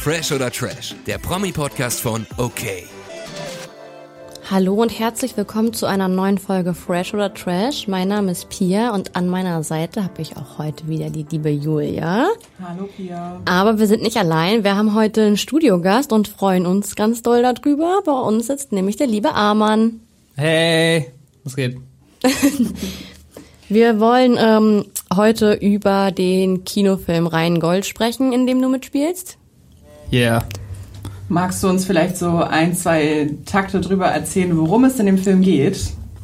Fresh oder Trash, der Promi-Podcast von OK. Hallo und herzlich willkommen zu einer neuen Folge Fresh oder Trash. Mein Name ist Pia und an meiner Seite habe ich auch heute wieder die liebe Julia. Hallo Pia. Aber wir sind nicht allein. Wir haben heute einen Studiogast und freuen uns ganz doll darüber. Bei uns sitzt nämlich der liebe Arman. Hey, was geht? Wir wollen heute über den Kinofilm Rheingold sprechen, in dem du mitspielst. Yeah. Magst du uns vielleicht so ein, zwei Takte drüber erzählen, worum es in dem Film geht?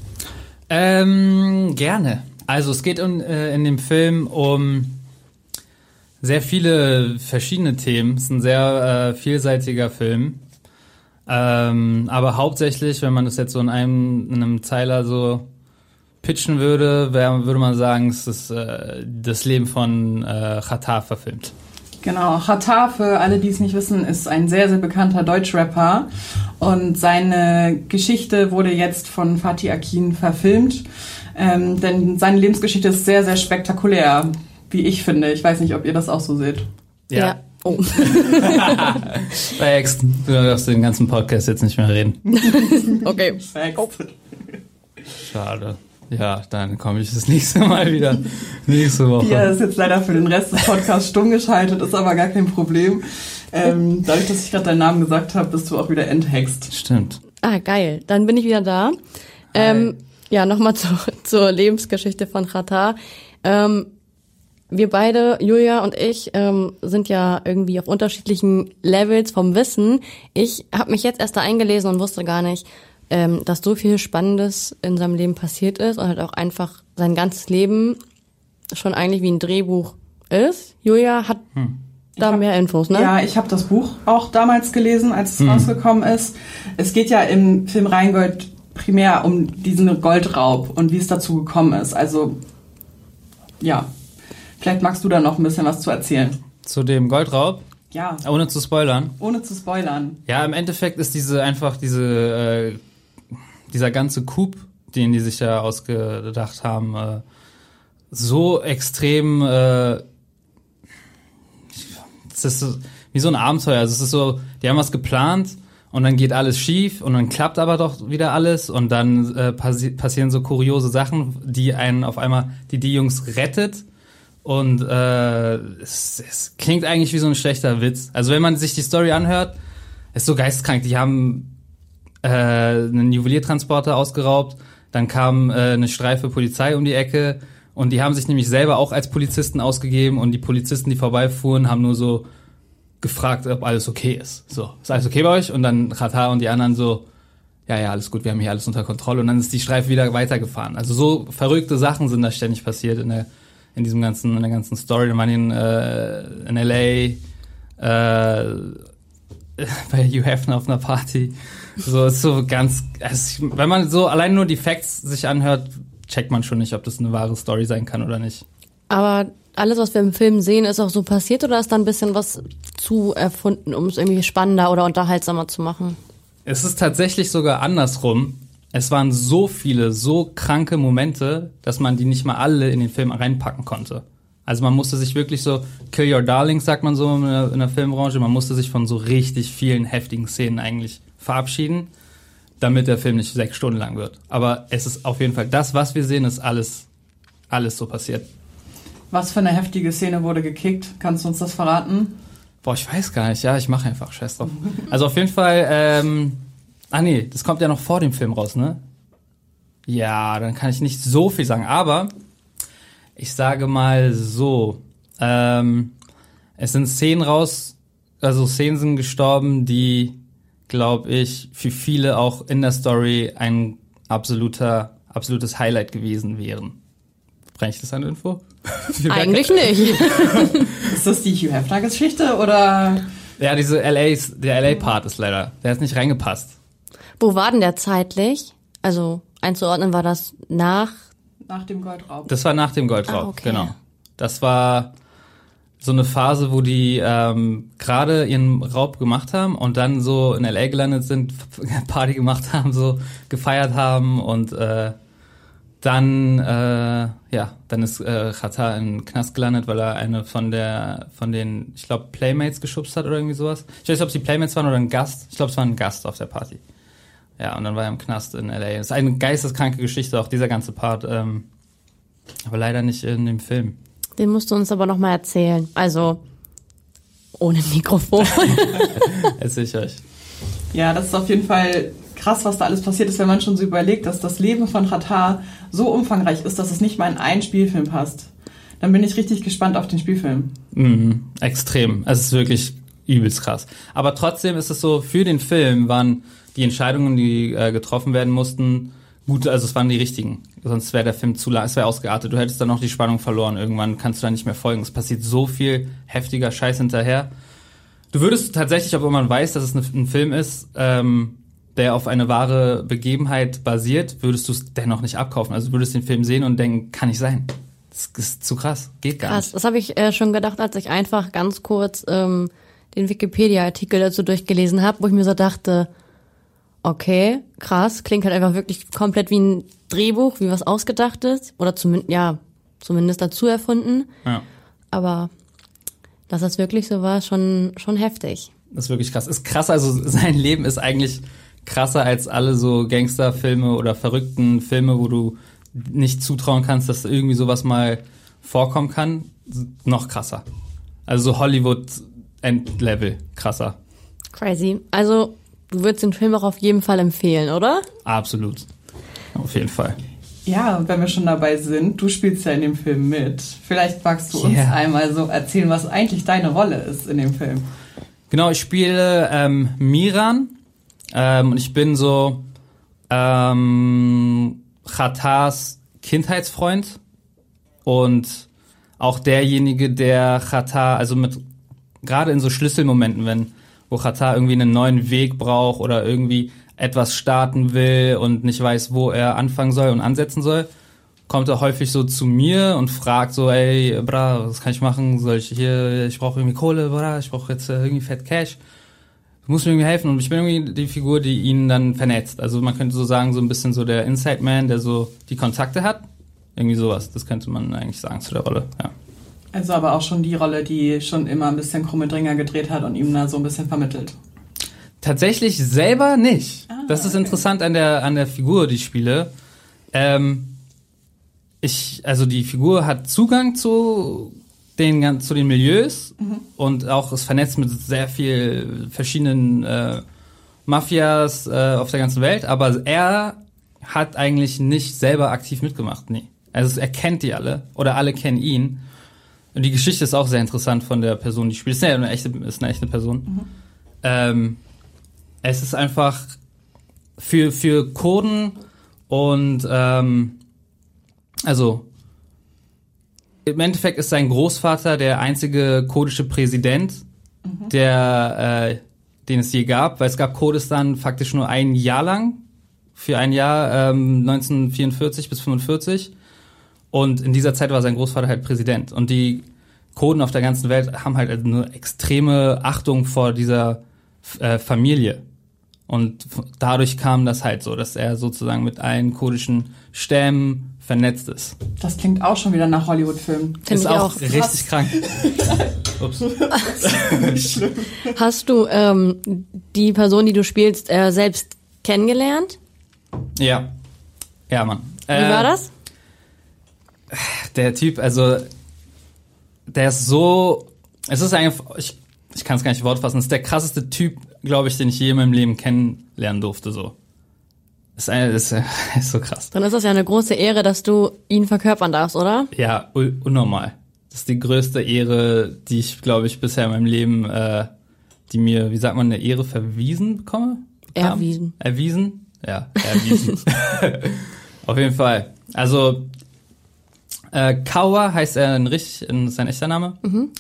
Gerne. Also es geht in dem Film um sehr viele verschiedene Themen. Es ist ein sehr vielseitiger Film. Aber hauptsächlich, wenn man das jetzt so in einem Zeiler so pitchen würde, würde man sagen, es ist das Leben von Xatar verfilmt. Genau, Xatar, für alle, die es nicht wissen, ist ein sehr, sehr bekannter Deutschrapper und seine Geschichte wurde jetzt von Fatih Akin verfilmt, denn seine Lebensgeschichte ist sehr, sehr spektakulär, wie ich finde. Ich weiß nicht, ob ihr das auch so seht. Ja. Oh. Bei Ex, du darfst den ganzen Podcast jetzt nicht mehr reden. Okay. Oh. Schade. Ja, dann komme ich das nächste Mal wieder. Nächste Woche. Pia ist jetzt leider für den Rest des Podcasts stumm geschaltet, ist aber gar kein Problem. Dadurch, dass ich gerade deinen Namen gesagt habe, bist du auch wieder enthext. Stimmt. Ah, geil. Dann bin ich wieder da. Ja, nochmal zur Lebensgeschichte von Xatar. Wir beide, Julia und ich, sind ja irgendwie auf unterschiedlichen Levels vom Wissen. Ich habe mich jetzt erst da eingelesen und wusste gar nicht, dass so viel Spannendes in seinem Leben passiert ist und halt auch einfach sein ganzes Leben schon eigentlich wie ein Drehbuch ist. Julia hat mehr Infos, ne? Ja, ich habe das Buch auch damals gelesen, als es rausgekommen ist. Es geht ja im Film Rheingold primär um diesen Goldraub und wie es dazu gekommen ist. Also, ja, vielleicht magst du da noch ein bisschen was zu erzählen. Zu dem Goldraub? Ja. Ohne zu spoilern? Ohne zu spoilern. Ja, im Endeffekt ist dieser ganze Coup, den die sich ja ausgedacht haben, so extrem, es ist so, wie so ein Abenteuer. Also es ist so, die haben was geplant und dann geht alles schief und dann klappt aber doch wieder alles und dann passieren so kuriose Sachen, die einen auf einmal, die Jungs rettet. Und es klingt eigentlich wie so ein schlechter Witz. Also wenn man sich die Story anhört, ist so geisteskrank. Die haben einen Juweliertransporter ausgeraubt, dann kam eine Streife Polizei um die Ecke und die haben sich nämlich selber auch als Polizisten ausgegeben und die Polizisten, die vorbeifuhren, haben nur so gefragt, ob alles okay ist. So, ist alles okay bei euch? Und dann Xatar und die anderen so, ja, alles gut, wir haben hier alles unter Kontrolle. Und dann ist die Streife wieder weitergefahren. Also so verrückte Sachen sind da ständig passiert in der ganzen Story. Da waren in LA, bei Hugh Hefner auf einer Party. So, ist so ganz, wenn man so allein nur die Facts sich anhört, checkt man schon nicht, ob das eine wahre Story sein kann oder nicht. Aber alles, was wir im Film sehen, ist auch so passiert oder ist da ein bisschen was zu erfunden, um es irgendwie spannender oder unterhaltsamer zu machen? Es ist tatsächlich sogar andersrum. Es waren so viele, so kranke Momente, dass man die nicht mal alle in den Film reinpacken konnte. Also man musste sich wirklich so, Kill Your Darlings, sagt man so in der Filmbranche, man musste sich von so richtig vielen heftigen Szenen eigentlich verabschieden, damit der Film nicht 6 Stunden lang wird. Aber es ist auf jeden Fall, das, was wir sehen, ist alles so passiert. Was für eine heftige Szene wurde gekickt? Kannst du uns das verraten? Boah, ich weiß gar nicht. Ja, ich mache einfach Scheiß drauf. Also auf jeden Fall, das kommt ja noch vor dem Film raus, ne? Ja, dann kann ich nicht so viel sagen. Aber ich sage mal so, es sind Szenen sind gestorben, die, glaube ich, für viele auch in der Story ein absolutes Highlight gewesen wären. Bringe ich das an Info? Eigentlich nicht. Ist das die Hugh Hefner-Geschichte oder? Ja, der LA-Part ist leider, der hat nicht reingepasst. Wo war denn der zeitlich? Also einzuordnen, war das nach dem Goldraub? Das war nach dem Goldraub, okay. Genau. Das war so eine Phase, wo die gerade ihren Raub gemacht haben und dann so in LA gelandet sind, Party gemacht haben, so gefeiert haben und Dann ist Xatar in den Knast gelandet, weil er eine von den, ich glaube, Playmates geschubst hat oder irgendwie sowas. Ich weiß nicht, ob es die Playmates waren oder ein Gast. Ich glaube, es war ein Gast auf der Party. Ja, und dann war er im Knast in L.A. Das ist eine geisteskranke Geschichte, auch dieser ganze Part. Aber leider nicht in dem Film. Den musst du uns aber noch mal erzählen. Also ohne Mikrofon. Erzähl ich euch. Ja, das ist auf jeden Fall krass, was da alles passiert ist, wenn man schon so überlegt, dass das Leben von Xatar so umfangreich ist, dass es nicht mal in einen Spielfilm passt. Dann bin ich richtig gespannt auf den Spielfilm. Extrem. Es ist wirklich übelst krass. Aber trotzdem ist es so, für den Film waren die Entscheidungen, die getroffen werden mussten, gut, also es waren die richtigen. Sonst wäre der Film zu lang, es wäre ausgeartet. Du hättest dann noch die Spannung verloren. Irgendwann kannst du da nicht mehr folgen. Es passiert so viel heftiger Scheiß hinterher. Du würdest tatsächlich, obwohl man weiß, dass es ein Film ist, der auf eine wahre Begebenheit basiert, würdest du es dennoch nicht abkaufen. Also du würdest den Film sehen und denken, kann nicht sein. Das ist zu krass, geht gar nicht. Das habe ich schon gedacht, als ich einfach ganz kurz den Wikipedia-Artikel dazu durchgelesen habe, wo ich mir so dachte, okay, krass, klingt halt einfach wirklich komplett wie ein Drehbuch, wie was Ausgedachtes oder zumindest dazu erfunden. Ja. Aber dass das wirklich so war, schon heftig. Das ist wirklich krass. Ist krass, also sein Leben ist eigentlich krasser als alle so Gangsterfilme oder verrückten Filme, wo du nicht zutrauen kannst, dass irgendwie sowas mal vorkommen kann. Noch krasser. Also so Hollywood-Endlevel krasser. Crazy. Also du würdest den Film auch auf jeden Fall empfehlen, oder? Absolut. Auf jeden Fall. Ja, und wenn wir schon dabei sind, du spielst ja in dem Film mit. Vielleicht magst du uns einmal so erzählen, was eigentlich deine Rolle ist in dem Film. Genau, ich spiele Miran und ich bin so Xatars Kindheitsfreund und auch derjenige, der Xatar, also gerade in so Schlüsselmomenten, wo Xatar irgendwie einen neuen Weg braucht oder irgendwie etwas starten will und nicht weiß, wo er anfangen soll und ansetzen soll, kommt er häufig so zu mir und fragt so, ey, bra, was kann ich machen? Ich brauche irgendwie Kohle, bra, ich brauche jetzt irgendwie fett Cash. Du musst mir irgendwie helfen. Und ich bin irgendwie die Figur, die ihn dann vernetzt. Also man könnte so sagen, so ein bisschen so der Inside Man, der so die Kontakte hat. Irgendwie sowas. Das könnte man eigentlich sagen zu der Rolle, ja. Also aber auch schon die Rolle, die schon immer ein bisschen krumme Dinger gedreht hat und ihm da so ein bisschen vermittelt. Tatsächlich selber nicht. Das ist interessant an der Figur, die ich spiele. Also die Figur hat Zugang zu den Milieus und auch ist vernetzt mit sehr viel verschiedenen Mafias auf der ganzen Welt, aber er hat eigentlich nicht selber aktiv mitgemacht, nee. Also er kennt die alle oder alle kennen ihn. Und die Geschichte ist auch sehr interessant von der Person, die spielt. Ist eine echte Person. Es ist einfach für Kurden und also im Endeffekt ist sein Großvater der einzige kurdische Präsident, den es je gab, weil es gab Kurdistan faktisch nur ein Jahr lang, für ein Jahr 1944 bis 45. Und in dieser Zeit war sein Großvater halt Präsident. Und die Kurden auf der ganzen Welt haben halt eine extreme Achtung vor dieser Familie. Und dadurch kam das halt so, dass er sozusagen mit allen kurdischen Stämmen vernetzt ist. Das klingt auch schon wieder nach Hollywood-Film. Ist auch richtig krank. Ups. Schlimm. Hast du die Person, die du spielst, selbst kennengelernt? Ja. Ja, Mann. Wie war das? Der Typ, also der ist so, es ist eigentlich, ich kann es gar nicht Wort fassen, es ist der krasseste Typ, glaube ich, den ich je in meinem Leben kennenlernen durfte, so. Ist so krass. Dann ist das ja eine große Ehre, dass du ihn verkörpern darfst, oder? Ja, unnormal. Das ist die größte Ehre, die ich, glaube ich, bisher in meinem Leben, die mir, wie sagt man, eine Ehre bekam? Erwiesen? Ja, erwiesen. Auf jeden Fall. Also, Kawa heißt er sein echter Name.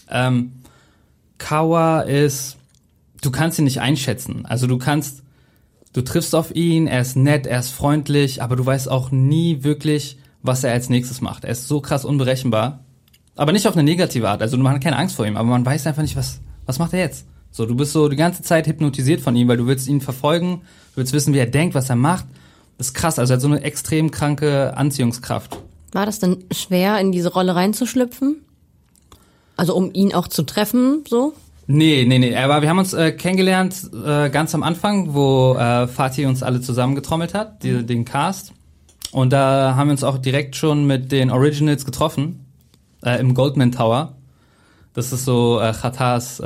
Kawa ist, du kannst ihn nicht einschätzen. Also du triffst auf ihn, er ist nett, er ist freundlich, aber du weißt auch nie wirklich, was er als nächstes macht. Er ist so krass unberechenbar. Aber nicht auf eine negative Art. Also man hat keine Angst vor ihm, aber man weiß einfach nicht, was macht er jetzt? So, du bist so die ganze Zeit hypnotisiert von ihm, weil du willst ihn verfolgen, du willst wissen, wie er denkt, was er macht. das ist krass, also er hat so eine extrem kranke Anziehungskraft. War das denn schwer, in diese Rolle reinzuschlüpfen? Also um ihn auch zu treffen, so? Nee. Aber wir haben uns kennengelernt ganz am Anfang, wo Fatih uns alle zusammengetrommelt hat, den Cast. Und da haben wir uns auch direkt schon mit den Originals getroffen, im Goldman Tower. Das ist so Chatars,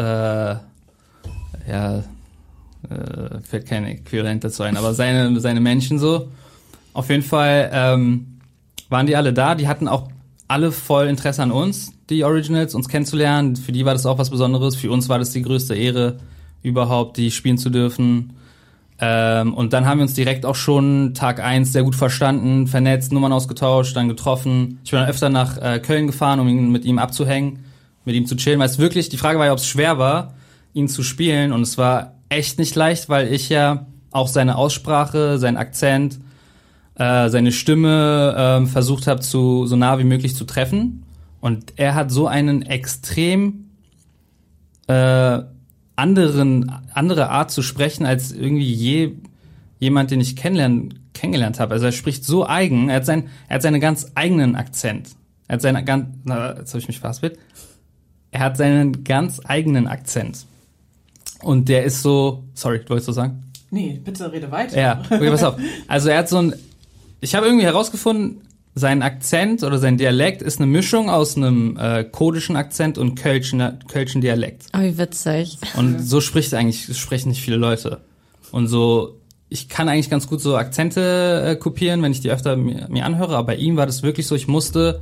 fällt kein Äquivalent dazu ein, aber seine Menschen so. Auf jeden Fall waren die alle da, die hatten auch alle voll Interesse an uns, die Originals, uns kennenzulernen. Für die war das auch was Besonderes. Für uns war das die größte Ehre, überhaupt die spielen zu dürfen. Und dann haben wir uns direkt auch schon Tag 1 sehr gut verstanden, vernetzt, Nummern ausgetauscht, dann getroffen. Ich bin dann öfter nach Köln gefahren, um mit ihm abzuhängen, mit ihm zu chillen. Weil es wirklich, die Frage war ja, ob es schwer war, ihn zu spielen. Und es war echt nicht leicht, weil ich ja auch seine Aussprache, seinen Akzent, seine Stimme versucht habe, so nah wie möglich zu treffen. Und er hat so einen extrem andere Art zu sprechen, als irgendwie jemand, den ich kennengelernt habe. Also er spricht so eigen, er hat seinen ganz eigenen Akzent. Jetzt habe ich mich verhaspelt. Er hat seinen ganz eigenen Akzent. Und der ist so, sorry, du wolltest so sagen? Nee, bitte rede weiter. Ja, okay, pass auf. Also er hat ich habe irgendwie herausgefunden, sein Akzent oder sein Dialekt ist eine Mischung aus einem kodischen Akzent und Kölschen Dialekt. Oh, wie witzig. Und so sprechen nicht viele Leute. Und so, ich kann eigentlich ganz gut so Akzente kopieren, wenn ich die öfter mir anhöre, aber bei ihm war das wirklich so, ich musste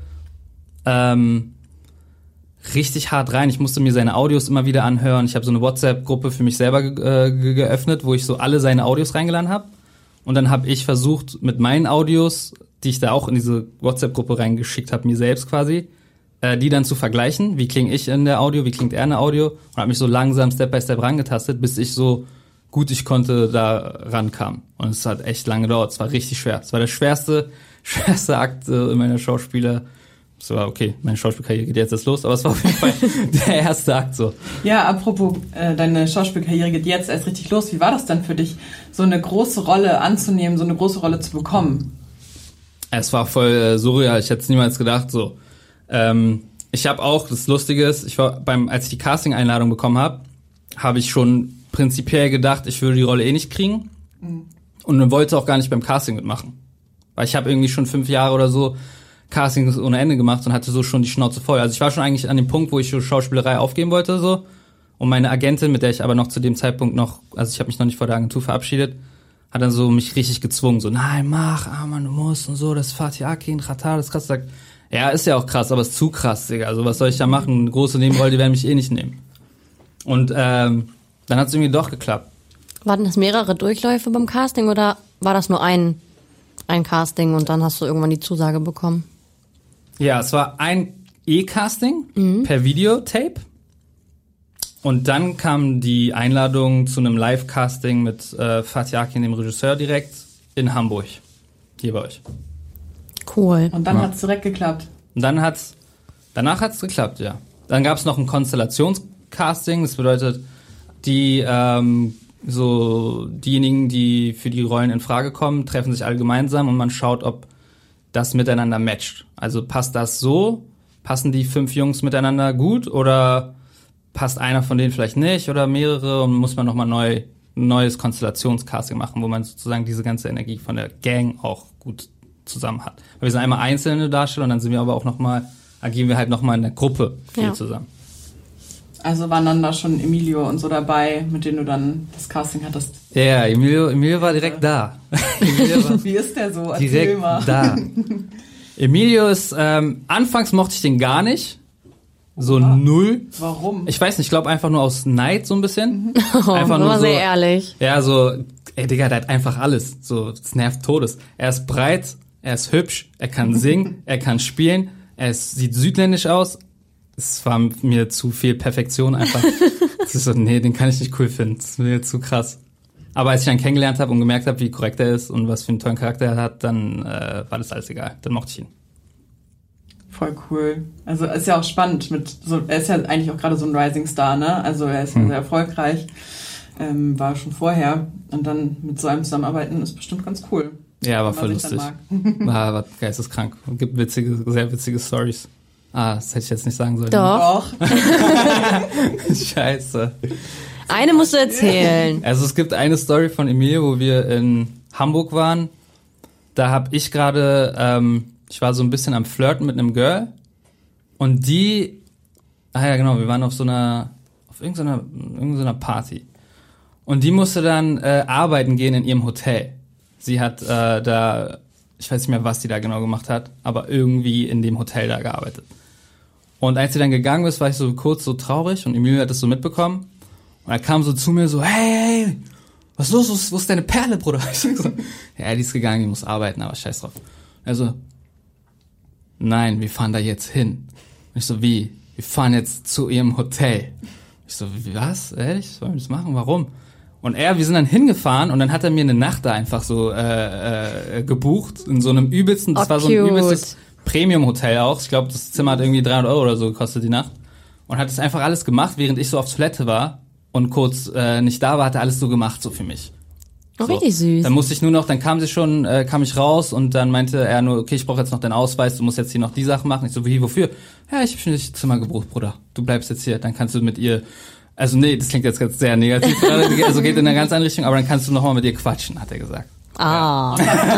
richtig hart rein. Ich musste mir seine Audios immer wieder anhören. Ich habe so eine WhatsApp-Gruppe für mich selber geöffnet, wo ich so alle seine Audios reingeladen habe. Und dann habe ich versucht, mit meinen Audios, die ich da auch in diese WhatsApp-Gruppe reingeschickt habe, mir selbst quasi, die dann zu vergleichen. Wie klinge ich in der Audio, wie klingt er in der Audio? Und habe mich so langsam Step by Step rangetastet, bis ich so gut ich konnte da rankam. Und es hat echt lange gedauert. Es war richtig schwer. Es war der schwerste Akt in meiner Es war okay, meine Schauspielkarriere geht jetzt erst los, aber es war auf jeden Fall der erste Akt so. Ja, apropos, deine Schauspielkarriere geht jetzt erst richtig los. Wie war das denn für dich, so eine große Rolle anzunehmen, so eine große Rolle zu bekommen? Es war voll surreal, ich hätte es niemals gedacht so. Ich habe auch, das Lustige ist, als ich die Casting-Einladung bekommen habe, habe ich schon prinzipiell gedacht, ich würde die Rolle nicht kriegen und wollte auch gar nicht beim Casting mitmachen. Weil ich habe irgendwie schon 5 Jahre oder so Castings ohne Ende gemacht und hatte so schon die Schnauze voll. Also ich war schon eigentlich an dem Punkt, wo ich so Schauspielerei aufgeben wollte so. Und meine Agentin, mit der ich aber noch zu dem Zeitpunkt also ich habe mich noch nicht vor der Agentur verabschiedet, hat dann so mich richtig gezwungen, so, nein, mach, Mann, du musst und so, das ist Fatih Akin, Xatar, das ist krass. Sagt, ja, ist ja auch krass, aber ist zu krass, Digga. Also was soll ich da machen? Eine große Nebenrolle, die werden mich eh nicht nehmen. Und dann hat es irgendwie doch geklappt. Waren das mehrere Durchläufe beim Casting oder war das nur ein Casting und dann hast du irgendwann die Zusage bekommen? Ja, es war ein E-Casting per Videotape. Und dann kam die Einladung zu einem Live-Casting mit Fatih Akin, dem Regisseur, direkt in Hamburg. Hier bei euch. Cool. Und dann hat's direkt geklappt. Und danach hat's geklappt, ja. Dann gab's noch ein Konstellationscasting. Das bedeutet, diejenigen, die für die Rollen in Frage kommen, treffen sich alle gemeinsam und man schaut, ob das miteinander matcht. Also passen die 5 Jungs miteinander gut oder passt einer von denen vielleicht nicht oder mehrere und muss man nochmal ein neues Konstellationscasting machen, wo man sozusagen diese ganze Energie von der Gang auch gut zusammen hat. Weil wir sind einmal einzelne Darsteller und dann sind wir aber auch agieren wir halt nochmal in der Gruppe viel zusammen. Also waren dann da schon Emilio und so dabei, mit denen du dann das Casting hattest? Ja, Emilio war direkt da. Wie ist der so? Erzähl direkt mal. Da. Emilio ist, anfangs mochte ich den gar nicht. So null. Warum? Ich weiß nicht, ich glaube einfach nur aus Neid so ein bisschen. Einfach nur so, sehr ehrlich. Ja, so, ey Digga, der hat einfach alles. So, das nervt Todes. Er ist breit, er ist hübsch, er kann singen, er kann spielen, sieht südländisch aus. Es war mir zu viel Perfektion einfach. Es ist so, nee, den kann ich nicht cool finden. Das ist mir zu krass. Aber als ich ihn kennengelernt habe und gemerkt habe, wie korrekt er ist und was für einen tollen Charakter er hat, dann war das alles egal. Dann mochte ich ihn. Voll cool. Also ist ja auch spannend. Er ist ja eigentlich auch gerade so ein Rising Star, ne? Also er ist ja sehr erfolgreich. War schon vorher. Und dann mit so einem zusammenarbeiten ist bestimmt ganz cool. Ja, war wenn voll man sich lustig. dann mag. War geisteskrank. Gibt sehr witzige Stories. Das hätte ich jetzt nicht sagen sollen. Doch. Scheiße. Eine musst du erzählen. Also es gibt eine Story von Emilio, wo wir in Hamburg waren. Da habe ich gerade, ich war so ein bisschen am Flirten mit einem Girl. Und die, ja genau, wir waren auf irgendeiner Party. Und die musste dann arbeiten gehen in ihrem Hotel. Sie hat da, ich weiß nicht mehr, was die da genau gemacht hat, aber irgendwie in dem Hotel da gearbeitet. Und als sie dann gegangen ist, war ich so kurz so traurig und Emilio hat das so mitbekommen. Und er kam so zu mir so, hey, was ist los? Wo ist deine Perle, Bruder? Ich so, ja, die ist gegangen, die muss arbeiten, aber scheiß drauf. Also, nein, wir fahren da jetzt hin. Und ich so, wie? Wir fahren jetzt zu ihrem Hotel. Ich so, was? Ehrlich? Sollen wir das machen? Warum? Und wir sind dann hingefahren und dann hat er mir eine Nacht da einfach so gebucht in so einem übelsten, das war so ein übelstes Premium-Hotel auch. Ich glaube, das Zimmer hat irgendwie 300 € oder so gekostet die Nacht. Und hat das einfach alles gemacht, während ich so auf Toilette war und kurz nicht da war, hat er alles so gemacht, so für mich. Oh, richtig süß. Dann musste ich nur noch, dann kam ich raus und dann meinte er nur, okay, ich brauche jetzt noch deinen Ausweis, du musst jetzt hier noch die Sachen machen. Ich so, wie, wofür? Ja, ich habe das Zimmer gebucht, Bruder. Du bleibst jetzt hier, dann kannst du mit ihr, also nee, das klingt jetzt sehr negativ, also geht in eine ganz andere Richtung, aber dann kannst du nochmal mit ihr quatschen, hat er gesagt. Ah.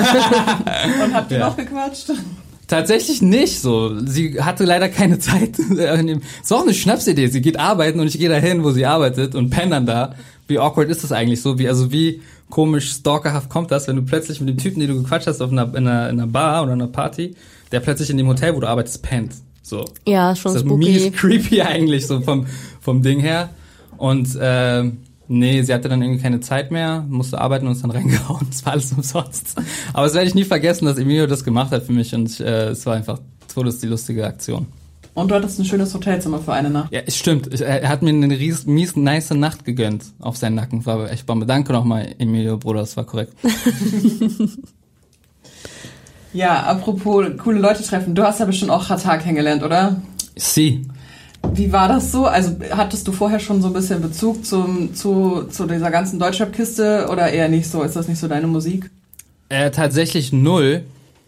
Und habt ihr noch gequatscht? Tatsächlich nicht so. Sie hatte leider keine Zeit. Ist auch eine Schnapsidee. Sie geht arbeiten und ich gehe dahin, wo sie arbeitet und penne dann da. Wie awkward ist das eigentlich so? Wie komisch stalkerhaft kommt das, wenn du plötzlich mit dem Typen, den du gequatscht hast in einer Bar oder einer Party, der plötzlich in dem Hotel, wo du arbeitest, pennt. So. Ja, schon das ist spooky. Mies creepy eigentlich so vom Ding her. Und nee, sie hatte dann irgendwie keine Zeit mehr, musste arbeiten und ist dann reingehauen. Das war alles umsonst. Aber das werde ich nie vergessen, dass Emilio das gemacht hat für mich und es war einfach die lustige Aktion. Und du hattest ein schönes Hotelzimmer für eine Nacht. Ja, es stimmt. Er hat mir eine mies nice Nacht gegönnt auf seinen Nacken. War echt Bombe. Danke nochmal, Emilio, Bruder, das war korrekt. Ja, apropos coole Leute treffen. Du hast ja bestimmt auch Xatar kennengelernt, oder? Sie. Wie war das so? Also hattest du vorher schon so ein bisschen Bezug zu dieser ganzen Deutschrap-Kiste oder eher nicht so? Ist das nicht so deine Musik? Tatsächlich null.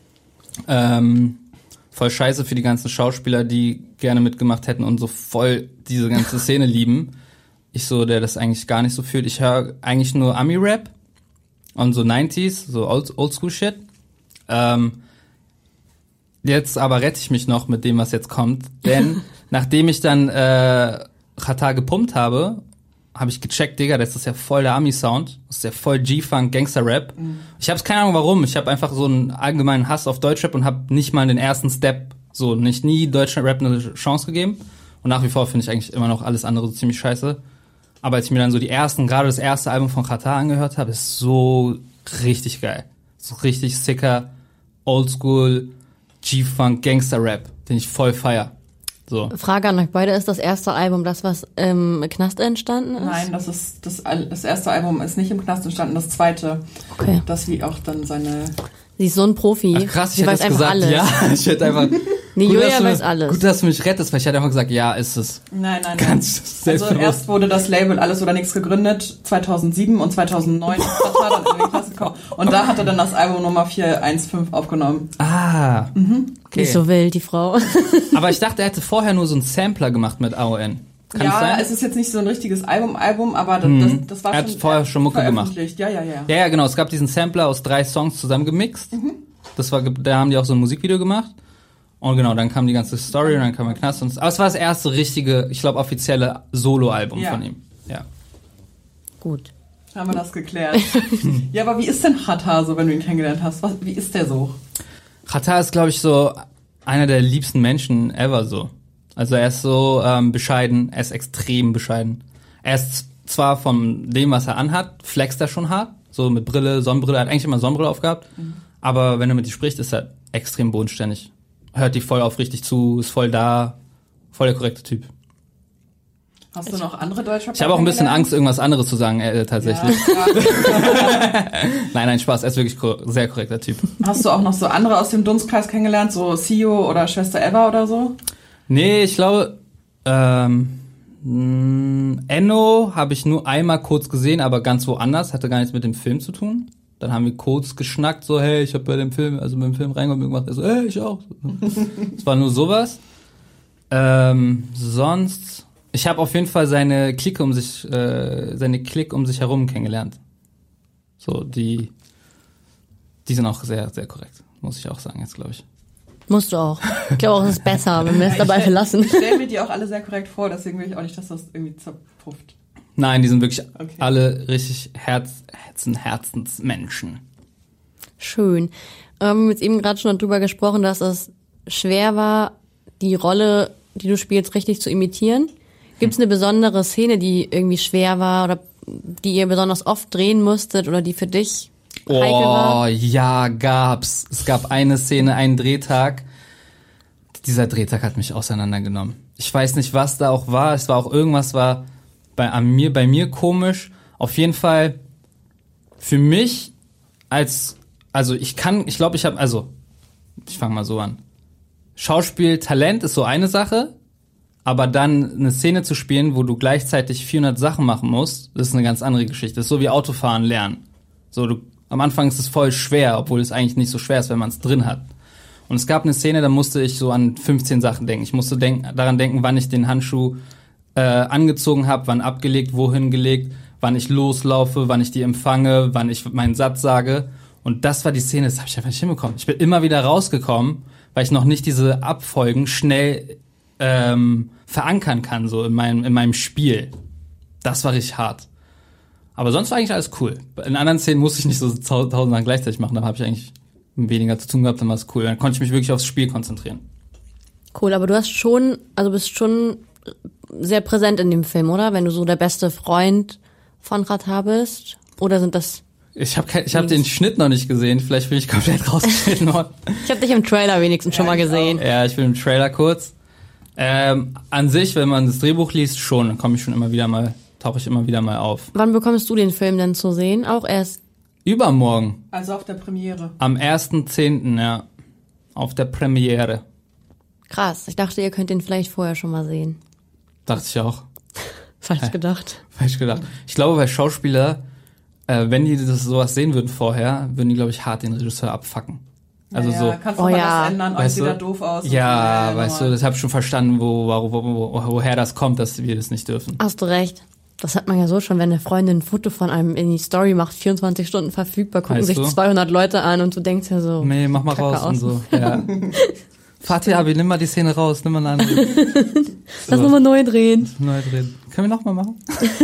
Voll scheiße für die ganzen Schauspieler, die gerne mitgemacht hätten und so voll diese ganze Szene lieben. Ich so, der das eigentlich gar nicht so fühlt. Ich höre eigentlich nur Ami-Rap und so 90s, so Oldschool-Shit. Jetzt aber rette ich mich noch mit dem, was jetzt kommt, denn nachdem ich dann Xatar gepumpt habe ich gecheckt, Digga, das ist ja voll der Ami-Sound, das ist ja voll G-Funk, Gangster-Rap. Ich habe keine Ahnung warum, ich habe einfach so einen allgemeinen Hass auf Deutschrap und habe nicht mal den ersten Step, so nie Deutschrap eine Chance gegeben. Und nach wie vor finde ich eigentlich immer noch alles andere so ziemlich scheiße. Aber als ich mir dann so gerade das erste Album von Xatar angehört habe, ist so richtig geil. So richtig sicker, Oldschool, G-Funk, Gangster-Rap, den ich voll feier. So. Frage an euch beide, ist das erste Album das, was im Knast entstanden ist? Nein, das erste Album ist nicht im Knast entstanden, das zweite. Okay. Das wie auch dann seine... Sie ist so ein Profi. Ach krass, Sie ich hätte weiß es einfach gesagt. alles. Ja, ich hätte einfach... Nee, Gut, Julia weiß alles. Gut, dass du mich rettest, weil ich hätte einfach gesagt, ja, ist es. Nein. Ganz Also erst wurde das Label Alles oder Nichts gegründet, 2007 und 2009 ist Xatar dann in die Klasse gekommen. Und da hat er dann das Album Nummer 415 aufgenommen. Ah, Die ist so wild, die Frau. Aber ich dachte, er hätte vorher nur so einen Sampler gemacht mit AON. Kann es sein? Es ist jetzt nicht so ein richtiges Album, aber das war Er hat vorher schon Mucke gemacht. Ja. Ja, genau. Es gab diesen Sampler aus 3 Songs zusammengemixt. Da haben die auch so ein Musikvideo gemacht. Und genau, dann kam die ganze Story und dann kam der Knast. Aber es war das erste richtige, ich glaube, offizielle Solo-Album von ihm. Ja. Gut. Haben wir das geklärt. Ja, aber wie ist denn Xatar so, wenn du ihn kennengelernt hast? Wie ist der so? Xatar ist, glaube ich, so einer der liebsten Menschen ever so. Also er ist so bescheiden, er ist extrem bescheiden. Er ist zwar von dem, was er anhat, flext er schon hart, so mit Brille, Sonnenbrille, er hat eigentlich immer Sonnenbrille aufgehabt, aber wenn er mit dir spricht, ist er extrem bodenständig. Hört die voll aufrichtig zu, ist voll da, voll der korrekte Typ. Hast du noch andere Deutschrapper? Ich habe auch ein bisschen Angst, irgendwas anderes zu sagen, tatsächlich. Ja. Nein, Spaß, er ist wirklich sehr korrekter Typ. Hast du auch noch so andere aus dem Dunstkreis kennengelernt, so Sio oder Schwester Eva oder so? Nee, ich glaube, Enno habe ich nur einmal kurz gesehen, aber ganz woanders, hatte gar nichts mit dem Film zu tun. Dann haben wir kurz geschnackt, so, hey, ich habe bei dem Film, also beim Film reingekommen gemacht. Er so, hey, ich auch. Es war nur sowas. Sonst, ich habe auf jeden Fall seine Clique um sich herum kennengelernt. So, die sind auch sehr, sehr korrekt, muss ich auch sagen, jetzt glaube ich. Musst du auch. Ich glaube auch, es ist besser, wenn wir es dabei verlassen. Ich stelle mir die auch alle sehr korrekt vor, deswegen will ich auch nicht, dass das irgendwie zerpufft. Nein, die sind wirklich alle richtig Herzensmenschen. Schön. Wir haben jetzt eben gerade schon darüber gesprochen, dass es schwer war, die Rolle, die du spielst, richtig zu imitieren. Gibt es eine besondere Szene, die irgendwie schwer war oder die ihr besonders oft drehen musstet oder die für dich heikel war? Oh, ja, gab's. Es gab eine Szene, einen Drehtag. Dieser Drehtag hat mich auseinandergenommen. Ich weiß nicht, was da auch war. Es war auch irgendwas war bei mir komisch. Auf jeden Fall für mich ich fange mal so an. Schauspiel, Talent ist so eine Sache, aber dann eine Szene zu spielen, wo du gleichzeitig 400 Sachen machen musst, das ist eine ganz andere Geschichte. Das ist so wie Autofahren lernen. Am Anfang ist es voll schwer, obwohl es eigentlich nicht so schwer ist, wenn man es drin hat. Und es gab eine Szene, da musste ich so an 15 Sachen denken. Ich musste daran denken, wann ich den Handschuh angezogen habe, wann abgelegt, wohin gelegt, wann ich loslaufe, wann ich die empfange, wann ich meinen Satz sage. Und das war die Szene, das habe ich einfach nicht hinbekommen. Ich bin immer wieder rausgekommen, weil ich noch nicht diese Abfolgen schnell verankern kann, so in meinem Spiel. Das war richtig hart. Aber sonst war eigentlich alles cool. In anderen Szenen musste ich nicht so 1000 Sachen gleichzeitig machen, da habe ich eigentlich weniger zu tun gehabt, dann war es cool. Dann konnte ich mich wirklich aufs Spiel konzentrieren. Cool, aber du bist schon sehr präsent in dem Film, oder? Wenn du so der beste Freund von Ratar bist? Oder sind das... Ich hab den Schnitt noch nicht gesehen, vielleicht bin ich komplett rausgeschnitten worden. Ich habe dich im Trailer wenigstens schon mal gesehen. Ja, ich bin im Trailer kurz. An sich, wenn man das Drehbuch liest, schon, dann tauche ich immer wieder mal auf. Wann bekommst du den Film denn zu sehen? Auch erst? Übermorgen. Also auf der Premiere. Am 1.10., ja. Auf der Premiere. Krass, ich dachte, ihr könnt den vielleicht vorher schon mal sehen. Dachte ich auch. Falsch gedacht. Ich glaube, bei Schauspieler, wenn die sowas sehen würden vorher, würden die, glaube ich, hart den Regisseur abfacken. Also so. Kannst du mal das ändern, euch sieht da doof aus. Ja, weißt du, das habe ich schon verstanden, woher das kommt, dass wir das nicht dürfen. Hast du recht. Das hat man ja so schon, wenn eine Freundin ein Foto von einem in die Story macht, 24 Stunden verfügbar, gucken sich 200 Leute an und du denkst ja so. Nee, mach mal raus und so. Ja. Fatih, Abi, nimm mal die Szene raus, nimm mal eine andere. Lass nochmal neu drehen. Können wir nochmal machen?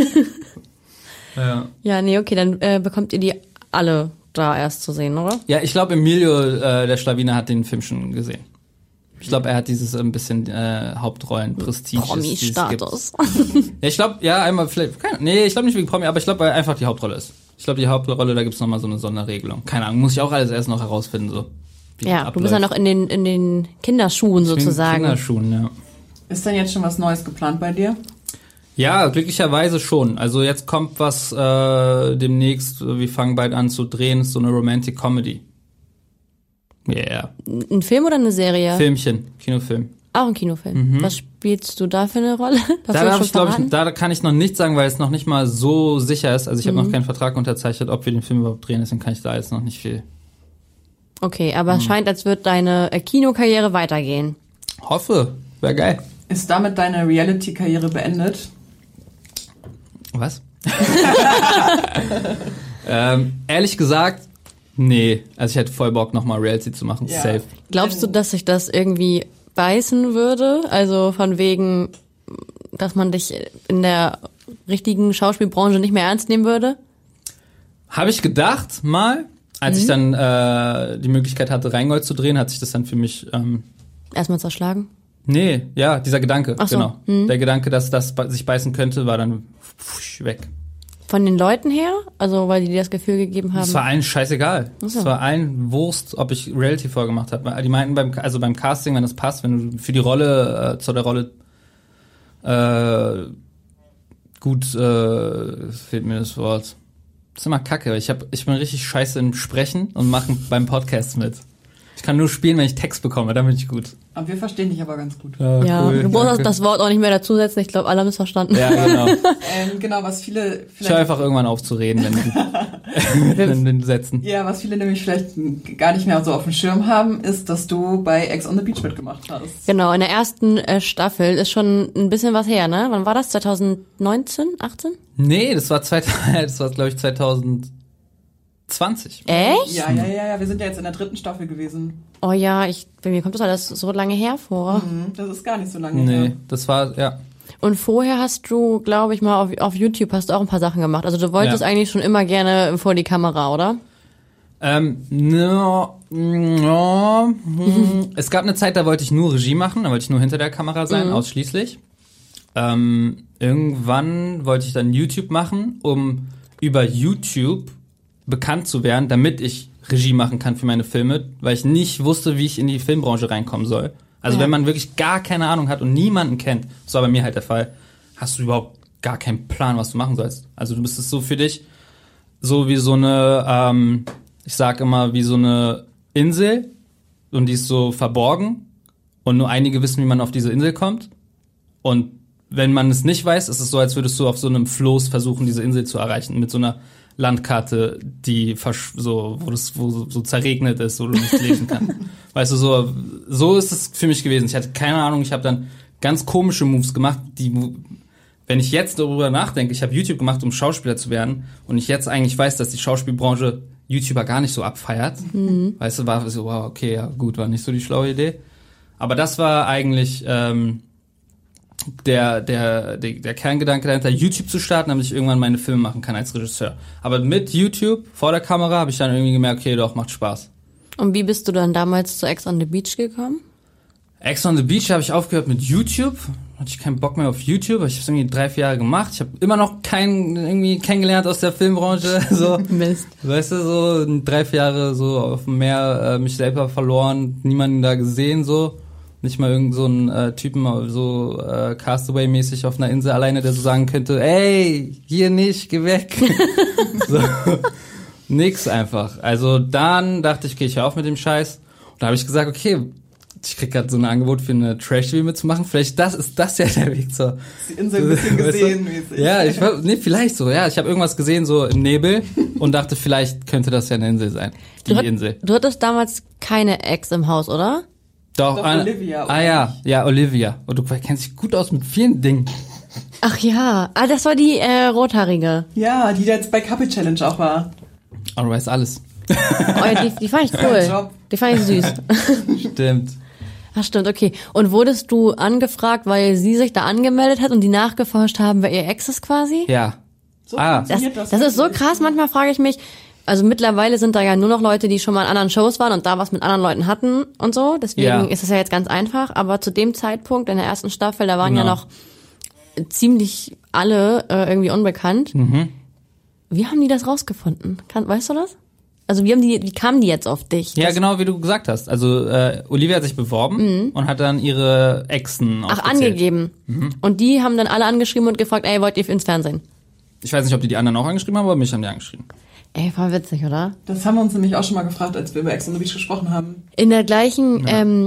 Ja, nee, okay, dann bekommt ihr die alle da erst zu sehen, oder? Ja, ich glaube, Emilio, der Schlawiner, hat den Film schon gesehen. Ich glaube, er hat dieses ein bisschen Hauptrollen-Prestige. Promi-Status. Ja, ich glaube, ja, einmal vielleicht. Ich glaube nicht wegen Promi, aber ich glaube, weil einfach die Hauptrolle ist. Ich glaube, die Hauptrolle, da gibt's nochmal so eine Sonderregelung. Keine Ahnung, muss ich auch alles erst noch herausfinden, so. Ja, du bist ja noch in den Kinderschuhen sozusagen. Kinderschuhen, ja. Ist denn jetzt schon was Neues geplant bei dir? Ja, glücklicherweise schon. Also jetzt kommt was demnächst, wir fangen bald an zu drehen, so eine Romantic Comedy. Yeah. Ein Film oder eine Serie? Filmchen, Kinofilm. Auch ein Kinofilm. Mhm. Was spielst du da für eine Rolle? Da kann ich noch nichts sagen, weil es noch nicht mal so sicher ist. Also ich habe noch keinen Vertrag unterzeichnet, ob wir den Film überhaupt drehen, deswegen kann ich da jetzt noch nicht viel. Okay, aber es scheint, als würde deine Kinokarriere weitergehen. Hoffe, wäre geil. Ist damit deine Reality-Karriere beendet? Was? Ehrlich gesagt, nee. Also ich hätte voll Bock, nochmal Reality zu machen. Ja. Safe. Glaubst du, dass sich das irgendwie beißen würde? Also von wegen, dass man dich in der richtigen Schauspielbranche nicht mehr ernst nehmen würde? Habe ich gedacht, mal. Als ich dann die Möglichkeit hatte, Rheingold zu drehen, hat sich das dann für mich... erstmal zerschlagen? Nee, ja, dieser Gedanke, ach so. Genau. Der Gedanke, dass das sich beißen könnte, war dann weg. Von den Leuten her? Also, weil die dir das Gefühl gegeben haben? Es war allen scheißeigal. Ach so. Es war allen Wurst, ob ich Reality vorgemacht habe. Die meinten beim Casting, wenn das passt, wenn du für die Rolle, zu der Rolle gut, fehlt mir das Wort. Das ist immer kacke. Ich bin richtig scheiße im Sprechen und mache beim Podcast mit. Ich kann nur spielen, wenn ich Text bekomme, dann bin ich gut. Aber wir verstehen dich aber ganz gut. Ja, cool, du musst das Wort auch nicht mehr dazusetzen. Ich glaube, alle haben es verstanden. Ja, genau. Genau, was viele... Ich höre einfach irgendwann auf zu reden. in den Sätzen. Ja, was viele nämlich vielleicht gar nicht mehr so auf dem Schirm haben, ist, dass du bei Ex on the Beach mitgemacht hast. Genau, in der ersten Staffel ist schon ein bisschen was her, ne? Wann war das? 2019, 18? Nee, das war glaube ich 2020. Echt? Ja, wir sind ja jetzt in der 3. Staffel gewesen. Oh ja, bei mir kommt das alles so lange her vor. Das ist gar nicht so lange her. Nee, das war, ja. Und vorher hast du, glaube ich, mal auf YouTube hast du auch ein paar Sachen gemacht. Also du wolltest eigentlich schon immer gerne vor die Kamera, oder? Es gab eine Zeit, da wollte ich nur Regie machen, da wollte ich nur hinter der Kamera sein, ausschließlich. Irgendwann wollte ich dann YouTube machen, um über YouTube bekannt zu werden, damit ich Regie machen kann für meine Filme, weil ich nicht wusste, wie ich in die Filmbranche reinkommen soll. Also wenn man wirklich gar keine Ahnung hat und niemanden kennt, das war bei mir halt der Fall, hast du überhaupt gar keinen Plan, was du machen sollst. Also du bist es so für dich, so wie so eine, ich sag immer, wie so eine Insel und die ist so verborgen und nur einige wissen, wie man auf diese Insel kommt. Und wenn man es nicht weiß, ist es so, als würdest du auf so einem Floß versuchen, diese Insel zu erreichen, mit so einer Landkarte, die wo so zerregnet ist, wo du nicht lesen kannst. Weißt du, so ist es für mich gewesen. Ich hatte keine Ahnung, ich habe dann ganz komische Moves gemacht, wenn ich jetzt darüber nachdenke, ich habe YouTube gemacht, um Schauspieler zu werden und ich jetzt eigentlich weiß, dass die Schauspielbranche YouTuber gar nicht so abfeiert. Weißt du, war so, wow, okay, ja gut, war nicht so die schlaue Idee. Aber das war eigentlich der Kerngedanke dahinter, YouTube zu starten, damit ich irgendwann meine Filme machen kann als Regisseur. Aber mit YouTube vor der Kamera habe ich dann irgendwie gemerkt, okay, doch, macht Spaß. Und wie bist du dann damals zu Ex on the Beach gekommen? Ex on the Beach habe ich aufgehört mit YouTube. Hatte ich keinen Bock mehr auf YouTube. Ich habe es irgendwie 3-4 Jahre gemacht. Ich habe immer noch keinen irgendwie kennengelernt aus der Filmbranche. So, Mist. Weißt du, so 3-4 Jahre so auf dem Meer mich selber verloren, niemanden da gesehen, so. Nicht mal irgend so ein Typen, so Castaway-mäßig auf einer Insel alleine, der so sagen könnte, ey, hier nicht, geh weg. So. Nix einfach. Also dann dachte ich, okay, ich höre auf mit dem Scheiß. Und da habe ich gesagt, okay, ich krieg gerade so ein Angebot für eine Trash-TV mitzumachen. Vielleicht ist das ja der Weg zur... Die Insel ein bisschen gesehen mäßig. Ja, vielleicht so. Ja, ich habe irgendwas gesehen so im Nebel und dachte, vielleicht könnte das ja eine Insel sein. Insel. Du hattest damals keine Ex im Haus, oder? Doch Olivia. Ja, Olivia. Und du kennst dich gut aus mit vielen Dingen. Ach ja, das war die rothaarige. Ja, die jetzt bei Couple Challenge auch war. Oh, du weißt alles. Oh, die fand ich cool. Die fand ich süß. Stimmt. Ach stimmt, okay. Und wurdest du angefragt, weil sie sich da angemeldet hat und die nachgeforscht haben, wer ihr Ex ist quasi? Ja. So Das ist so krass, manchmal frage ich mich, also mittlerweile sind da ja nur noch Leute, die schon mal in anderen Shows waren und da was mit anderen Leuten hatten und so. Deswegen ist es ja jetzt ganz einfach. Aber zu dem Zeitpunkt in der ersten Staffel, da waren ja noch ziemlich alle irgendwie unbekannt. Wie haben die das rausgefunden? Weißt du das? Also wie kamen die jetzt auf dich? Ja, genau, wie du gesagt hast. Also Olivia hat sich beworben und hat dann ihre Exen aufgezählt. Angegeben. Und die haben dann alle angeschrieben und gefragt, ey, wollt ihr ins Fernsehen? Ich weiß nicht, ob die anderen auch angeschrieben haben, aber mich haben die angeschrieben. Ey, voll witzig, oder? Das haben wir uns nämlich auch schon mal gefragt, als wir über Ex on the Beach gesprochen haben. In der gleichen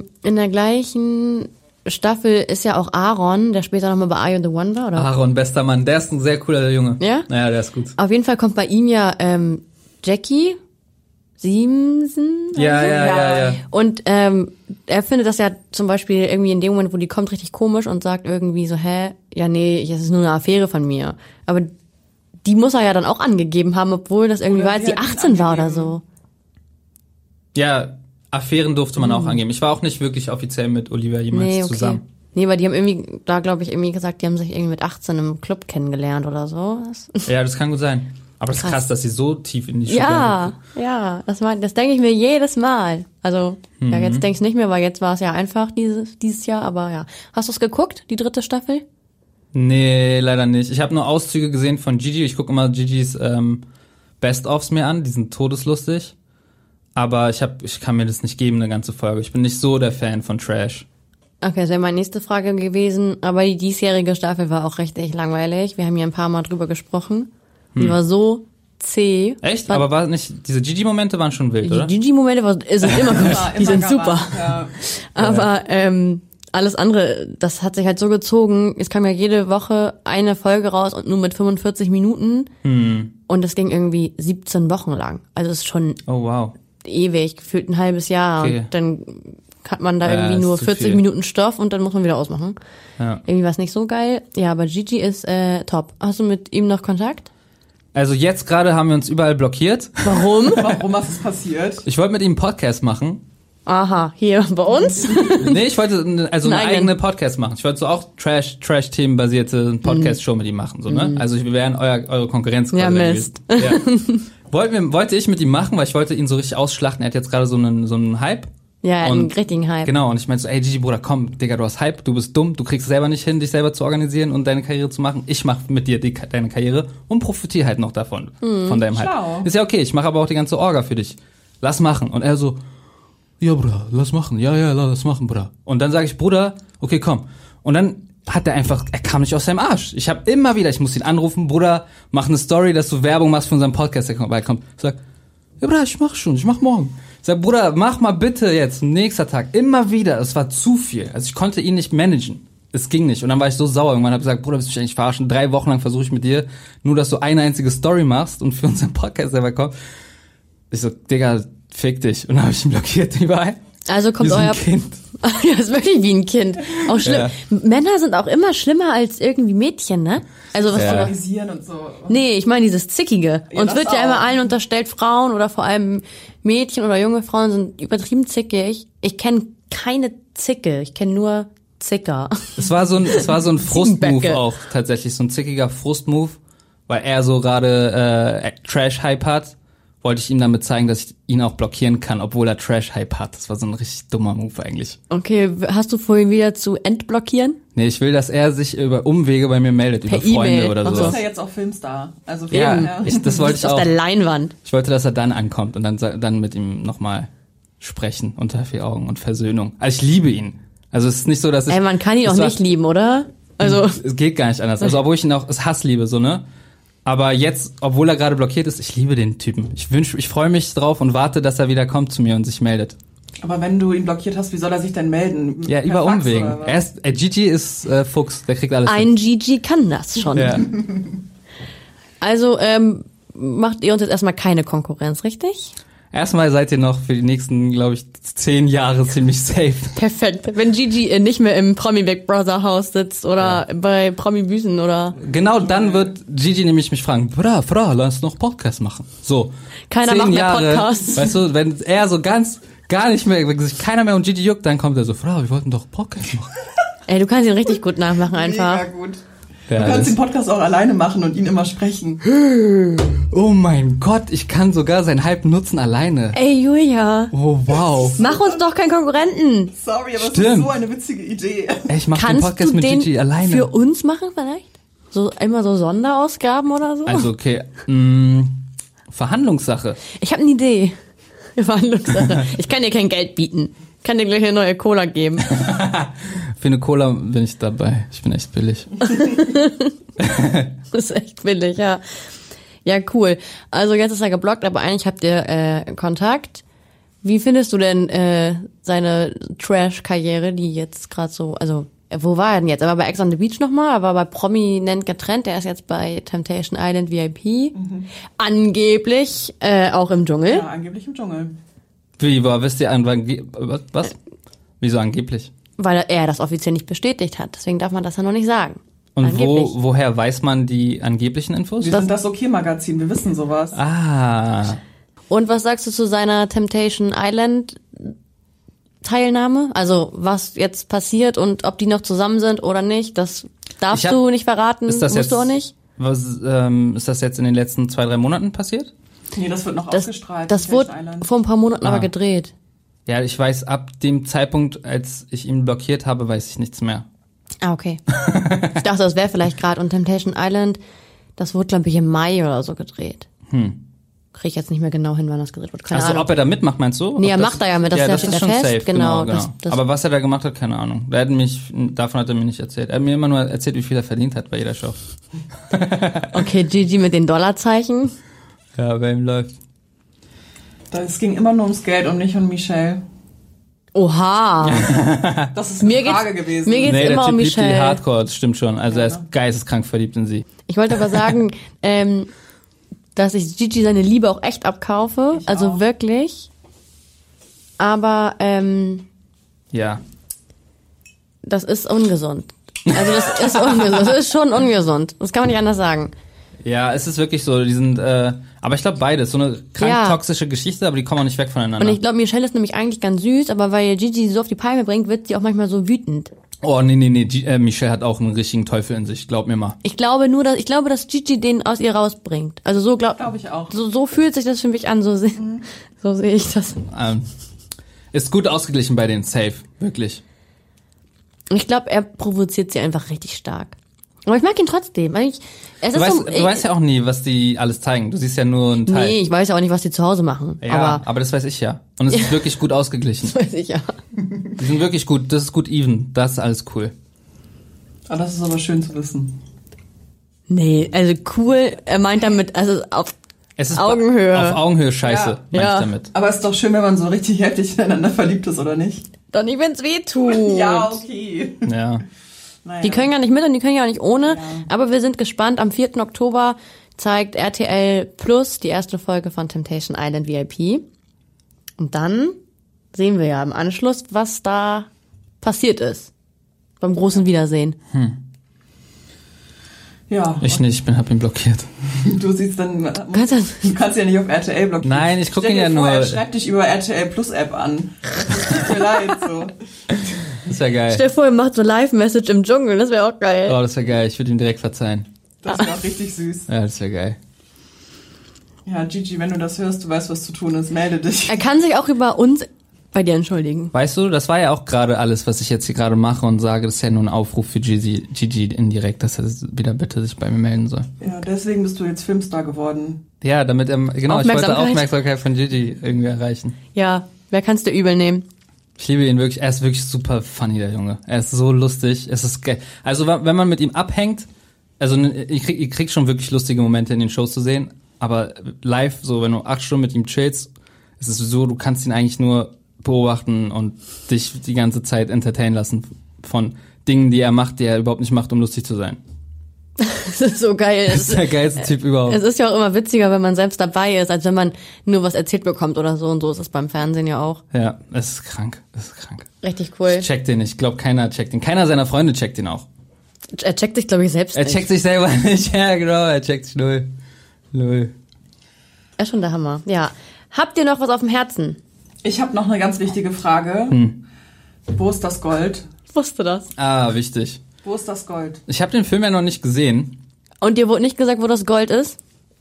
Staffel ist ja auch Aaron, der später nochmal bei Are You the One war, oder? Aaron, bester Mann, der ist ein sehr cooler Junge. Ja? Naja, der ist gut. Auf jeden Fall kommt bei ihm ja Jackie Siemsen. Ja. Und er findet das ja zum Beispiel irgendwie in dem Moment, wo die kommt, richtig komisch und sagt irgendwie so, ja nee, das ist nur eine Affäre von mir. Aber die muss er ja dann auch angegeben haben, obwohl das irgendwie war, als sie 18 war oder so. Ja, Affären durfte man auch angeben. Ich war auch nicht wirklich offiziell mit Olivia jemals zusammen. Nee, weil die haben irgendwie, da glaube ich irgendwie gesagt, die haben sich irgendwie mit 18 im Club kennengelernt oder so. Ja, das kann gut sein. Aber es ist krass, dass sie so tief in die Schule Ja, das denke ich mir jedes Mal. Also, ja, jetzt denke ich nicht mehr, weil jetzt war es ja einfach dieses Jahr, aber ja. Hast du es geguckt, die 3. Staffel? Nee, leider nicht. Ich habe nur Auszüge gesehen von Gigi. Ich gucke immer Gigis Best-ofs mir an, die sind todeslustig. Aber ich kann mir das nicht geben, eine ganze Folge. Ich bin nicht so der Fan von Trash. Okay, das wäre meine nächste Frage gewesen. Aber die diesjährige Staffel war auch richtig langweilig. Wir haben hier ein paar Mal drüber gesprochen. Die war so zäh. Echt? Aber war nicht, diese Gigi-Momente waren schon wild, oder? Die Gigi-Momente sind immer gut. Die sind super. Ja. Aber alles andere, das hat sich halt so gezogen. Es kam ja jede Woche eine Folge raus und nur mit 45 Minuten. Und das ging irgendwie 17 Wochen lang. Also es ist schon Oh, wow. ewig, gefühlt ein halbes Jahr. Okay. Und dann hat man da Ja, irgendwie ist nur zu 40 viel. Minuten Stoff und dann muss man wieder ausmachen. Ja. Irgendwie war es nicht so geil. Ja, aber Gigi ist top. Hast du mit ihm noch Kontakt? Also jetzt gerade haben wir uns überall blockiert. Warum? Warum, was ist passiert? Ich wollte mit ihm einen Podcast machen. Aha, hier bei uns? Nee, ich wollte einen eigenen. eigenen Podcast machen. Ich wollte so auch Trash-Themen-basierte Podcast-Show mit ihm machen. So, ne? Also wir wären eure Konkurrenz quasi. Ja, Mist. Ja. Wollte ich mit ihm machen, weil ich wollte ihn so richtig ausschlachten. Er hat jetzt gerade so einen Hype. Ja, einen Und- richtigen Hype. Genau, und ich meinte so, ey Gigi, Bruder, komm, Digga, du hast Hype, du bist dumm, du kriegst es selber nicht hin, dich selber zu organisieren und deine Karriere zu machen. Ich mach mit dir deine Karriere und profitiere halt noch davon, von deinem Schlau. Hype. Ist ja okay, ich mache aber auch die ganze Orga für dich. Lass machen. Und er so, ja, Bruder, lass machen. Ja, lass machen, Bruder. Und dann sage ich, Bruder, okay, komm. Und dann hat er kam nicht aus seinem Arsch. Ich habe immer wieder, ich muss ihn anrufen, Bruder, mach eine Story, dass du Werbung machst für unseren Podcast, der vorbeikommt. Ich sag, ja, Bruder, ich mach morgen. Ich sag, Bruder, mach mal bitte jetzt, nächster Tag, immer wieder. Es war zu viel. Also ich konnte ihn nicht managen. Es ging nicht. Und dann war ich so sauer. Irgendwann habe ich gesagt, Bruder, willst du mich eigentlich verarschen? 3 Wochen lang versuche ich mit dir, nur dass du eine einzige Story machst und für unseren Podcast selber kommt. Ich so, Digga, fick dich. Und dann habe ich ihn blockiert überall. Also kommt Wie so ein euer... Kind. Ja, ist wirklich wie ein Kind. Auch schlimm. Ja. Männer sind auch immer schlimmer als irgendwie Mädchen, ne? Also was Ja. Organisieren und so. Nee, ich meine dieses Zickige. Ja, Uns das wird ja auch. immer allen unterstellt, Frauen oder vor allem Mädchen oder junge Frauen sind übertrieben zickig. Ich kenne keine Zicke, ich kenne nur Zicker. Es war so ein Frustmove Ziegenböcke. auch, tatsächlich. So ein zickiger Frustmove, weil er so gerade Trash-Hype hat. Wollte ich ihm damit zeigen, dass ich ihn auch blockieren kann, obwohl er Trash-Hype hat. Das war so ein richtig dummer Move eigentlich. Okay, hast du vorhin wieder zu entblockieren? Nee, ich will, dass er sich über Umwege bei mir meldet, Per über Freunde E-Mail. oder Ach Du so. bist sowas. ja jetzt auch Filmstar. Also Ja, Film, das wollte ich Auf auch. der Leinwand. Ich wollte, dass er dann ankommt und dann mit ihm nochmal sprechen unter 4 Augen und Versöhnung. Also ich liebe ihn. Also es ist nicht so, dass ich... Ey, man kann ihn auch es war- nicht lieben, oder? Also, Es geht gar nicht anders. Also obwohl ich ihn auch als Hass liebe, so, ne? Aber jetzt, obwohl er gerade blockiert ist, ich liebe den Typen. Ich freue mich drauf und warte, dass er wieder kommt zu mir und sich meldet. Aber wenn du ihn blockiert hast, wie soll er sich denn melden? Ja, Per über Fax Umwegen. oder was? Gigi ist Fuchs, der kriegt alles. ein Gigi kann das schon. Ja. Also, macht ihr uns jetzt erstmal keine Konkurrenz, richtig? Erstmal seid ihr noch für die nächsten, glaube ich, 10 Jahre ziemlich safe. Perfekt. Wenn Gigi nicht mehr im Promi Big Brother Haus sitzt oder bei Promi Büßen oder Genau, dann wird Gigi nämlich mich fragen, Bra, lass noch Podcast machen. So. Keiner 10 macht mehr Jahre, Podcasts. Weißt du, wenn er so gar nicht mehr, wenn sich keiner mehr um Gigi juckt, dann kommt er so, Fra, wir wollten doch Podcast machen. ey, du kannst ihn richtig gut nachmachen einfach. Mega gut. Ja, Du kannst das- den Podcast auch alleine machen und ihn immer sprechen. Oh mein Gott, ich kann sogar seinen Hype nutzen alleine. Ey, Julia, Oh wow. mach uns doch keinen Konkurrenten. Sorry, aber das Stimmt. ist so eine witzige Idee. Ey, ich mach den Kannst Podcast du mit den Gigi alleine. für uns machen vielleicht? So immer so Sonderausgaben oder so? Also okay, Verhandlungssache. Ich habe eine Idee. Verhandlungssache. Ich kann dir kein Geld bieten. Ich kann dir gleich eine neue Cola geben. Für eine Cola bin ich dabei. Ich bin echt billig. Das ist echt billig, ja. Ja, cool. Also jetzt ist er geblockt, aber eigentlich habt ihr Kontakt. Wie findest du denn seine Trash-Karriere, die jetzt gerade so, also wo war er denn jetzt? Er war bei Ex on the Beach nochmal, er war bei Prominent getrennt, er ist jetzt bei Temptation Island VIP. Angeblich auch im Dschungel. Ja, angeblich im Dschungel. Wie war, wisst ihr was? Wieso angeblich? Weil er das offiziell nicht bestätigt hat. Deswegen darf man das ja noch nicht sagen. Und Angeblich. woher weiß man die angeblichen Infos? Wir sind das Okay-Magazin, wir wissen sowas. Ah, Und was sagst du zu seiner Temptation Island Teilnahme? Also was jetzt passiert und ob die noch zusammen sind oder nicht, das darfst du nicht verraten, ist das musst jetzt, du auch nicht. Was, ist das jetzt in den letzten 2-3 Monaten passiert? Nee, das wird noch Das, ausgestrahlt. das wurde Temptation Island. vor ein paar Monaten aber Ah. gedreht. Ja, ich weiß, ab dem Zeitpunkt, als ich ihn blockiert habe, weiß ich nichts mehr. Ah, okay. Ich dachte, das wäre vielleicht gerade. Und Temptation Island, das wurde, glaube ich, im Mai oder so gedreht. Kriege ich jetzt nicht mehr genau hin, wann das gedreht wurde. Keine Also Ahnung. ob er da mitmacht, meinst du? Nee, Ob er macht da ja mit, das das steht ist da schon fest. safe, Genau, genau. das- Aber was er da gemacht hat, keine Ahnung. Davon hat er mir nicht erzählt. Er hat mir immer nur erzählt, wie viel er verdient hat bei jeder Show. Okay, Gigi mit den Dollarzeichen. Ja, bei ihm läuft. Es ging immer nur ums Geld und nicht um Michelle. Oha. Das ist eine Mir geht's- Frage gewesen. mir geht's- Nee, der immer Typ um liebt die Michelle. Hardcore, das stimmt schon. Also Ja, er ist geisteskrank verliebt in sie. Ich wollte aber sagen, dass ich Gigi seine Liebe auch echt abkaufe. Ich also auch. wirklich. Aber Ja. das ist ungesund. Also das ist ungesund. Das ist schon ungesund. Das kann man nicht anders sagen. Ja, es ist wirklich so, die sind, aber ich glaube beides, so eine krank toxische Geschichte, aber die kommen auch nicht weg voneinander. Und ich glaube, Michelle ist nämlich eigentlich ganz süß, aber weil Gigi sie so auf die Palme bringt, wird sie auch manchmal so wütend. Oh, nee, Michelle hat auch einen richtigen Teufel in sich, glaub mir mal. Ich glaube, dass Gigi den aus ihr rausbringt. Also so glaube ich auch. So fühlt sich das für mich an, so sehe ich das. Ist gut ausgeglichen bei den Safe, wirklich. Ich glaube, er provoziert sie einfach richtig stark. Aber ich mag ihn trotzdem. Du weißt ja auch nie, was die alles zeigen. Du siehst ja nur einen Teil. Nee, ich weiß ja auch nicht, was die zu Hause machen. Ja, aber das weiß ich ja. Und es ist wirklich gut ausgeglichen. Das weiß ich ja. Die sind wirklich gut. Das ist gut even. Das ist alles cool. Ah, das ist aber schön zu wissen. Nee, also cool, er meint damit, also auf Es ist Augenhöhe. Auf Augenhöhe scheiße, meine ich damit. Aber es ist doch schön, wenn man so richtig heftig ineinander verliebt ist, oder nicht? Doch nicht, wenn's weh tut. Ja, okay. Ja. Naja. Die können ja nicht mit und die können ja auch nicht ohne. Ja. Aber wir sind gespannt. Am 4. Oktober zeigt RTL Plus die erste Folge von Temptation Island VIP. Und dann sehen wir ja im Anschluss, was da passiert ist. Beim großen Wiedersehen. Ja. Ich nicht, hab ihn blockiert. Du siehst dann, du kannst ja nicht auf RTL blockieren. Nein, ich gucke ihn ja nur. nur. Schreib dich über RTL Plus App an. Tut mir leid, so. Das wäre geil. Stell dir vor, ihr macht so Live-Message im Dschungel, das wäre auch geil. Oh, das wäre geil, ich würde ihm direkt verzeihen. Das wäre auch richtig süß. Ja, das wäre geil. Ja, Gigi, wenn du das hörst, du weißt, was zu tun ist, melde dich. Er kann sich auch über uns bei dir entschuldigen. Weißt du, das war ja auch gerade alles, was ich jetzt hier gerade mache und sage, das ist ja nur ein Aufruf für Gigi indirekt, dass er wieder bitte sich bei mir melden soll. Ja, deswegen bist du jetzt Filmstar geworden. Ja, damit er, genau, ich wollte Aufmerksamkeit von Gigi irgendwie erreichen. Ja, wer kann's dir übel nehmen? Ich liebe ihn wirklich, er ist wirklich super funny, der Junge. Er ist so lustig, es ist geil. Also, wenn man mit ihm abhängt, also, ihr kriegt schon wirklich lustige Momente in den Shows zu sehen, aber live, so, wenn du 8 Stunden mit ihm chillst, ist es so, du kannst ihn eigentlich nur beobachten und dich die ganze Zeit entertainen lassen von Dingen, die er macht, die er überhaupt nicht macht, um lustig zu sein. Das ist so geil. Das ist der geilste Typ überhaupt. Es ist ja auch immer witziger, wenn man selbst dabei ist, als wenn man nur was erzählt bekommt oder so. Und so ist es beim Fernsehen ja auch. Ja, es ist krank. Richtig cool. Ich check den nicht. Ich glaube, keiner checkt den. Keiner seiner Freunde checkt den auch. Er checkt sich, glaube ich, selbst nicht. Er checkt sich selber nicht. Ja, genau. Er checkt sich null. Er ist schon der Hammer. Ja. Habt ihr noch was auf dem Herzen? Ich habe noch eine ganz wichtige Frage. Wo ist das Gold? Ich wusste das. Ah, wichtig. Wo ist das Gold? Ich habe den Film ja noch nicht gesehen. Und dir wurde nicht gesagt, wo das Gold ist?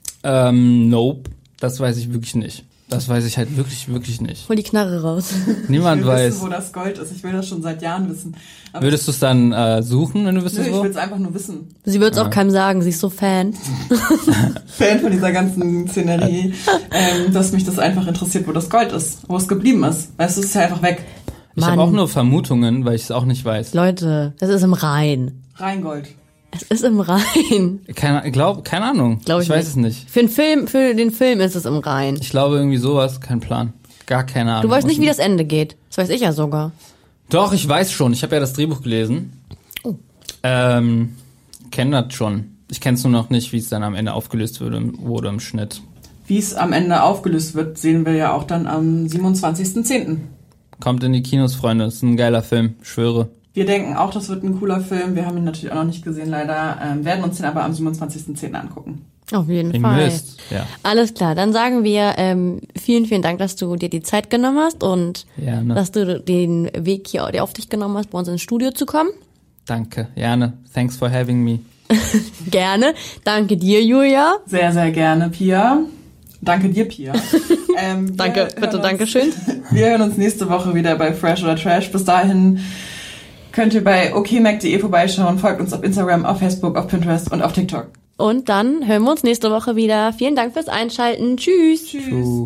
Nope. Das weiß ich wirklich nicht. Das weiß ich halt wirklich nicht. Hol die Knarre raus. Niemand weiß. Ich will wissen, wo das Gold ist. Ich will das schon seit Jahren wissen. Aber würdest du es dann suchen, wenn du wüsstest, ich wo? will es einfach nur wissen. Sie wird es auch keinem sagen. Sie ist so Fan. Fan von dieser ganzen Szenerie. Dass mich das einfach interessiert, wo das Gold ist. Wo es geblieben ist. Weil es ist ja einfach weg. Ich habe auch nur Vermutungen, weil ich es auch nicht weiß. Leute, das ist im Rhein. Rheingold. Es ist im Rhein. Keine Ahnung. Ich weiß es nicht. Für den Film ist es im Rhein. Ich glaube irgendwie sowas, kein Plan. Gar keine Ahnung. Du weißt nicht, wie das Ende geht. Das weiß ich ja sogar. Doch, ich weiß schon. Ich habe ja das Drehbuch gelesen. Oh. Kenne das schon. Ich kenne es nur noch nicht, wie es dann am Ende aufgelöst wurde im Schnitt. Wie es am Ende aufgelöst wird, sehen wir ja auch dann am 27.10. Kommt in die Kinos, Freunde. Das ist ein geiler Film, schwöre. Wir denken auch, das wird ein cooler Film. Wir haben ihn natürlich auch noch nicht gesehen, leider. Werden uns den aber am 27.10. angucken. Auf jeden Fall. Mist. Ja. Alles klar, dann sagen wir vielen Dank, dass du dir die Zeit genommen hast und dass du den Weg hier auf dich genommen hast, bei uns ins Studio zu kommen. Danke, Jane. Thanks for having me. Gerne. Danke dir, Julia. Sehr, sehr gerne, Pia. Danke dir, Pia. Danke, bitte, Dankeschön. Wir hören uns nächste Woche wieder bei Fresh oder Trash. Bis dahin könnt ihr bei okmac.de vorbeischauen. Folgt uns auf Instagram, auf Facebook, auf Pinterest und auf TikTok. Und dann hören wir uns nächste Woche wieder. Vielen Dank fürs Einschalten. Tschüss. Tschüss.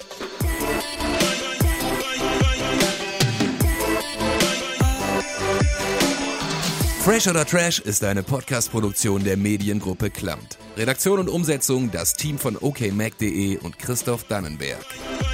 Fresh oder Trash ist eine Podcast-Produktion der Mediengruppe Klamt. Redaktion und Umsetzung das Team von okmac.de und Christoph Dannenberg.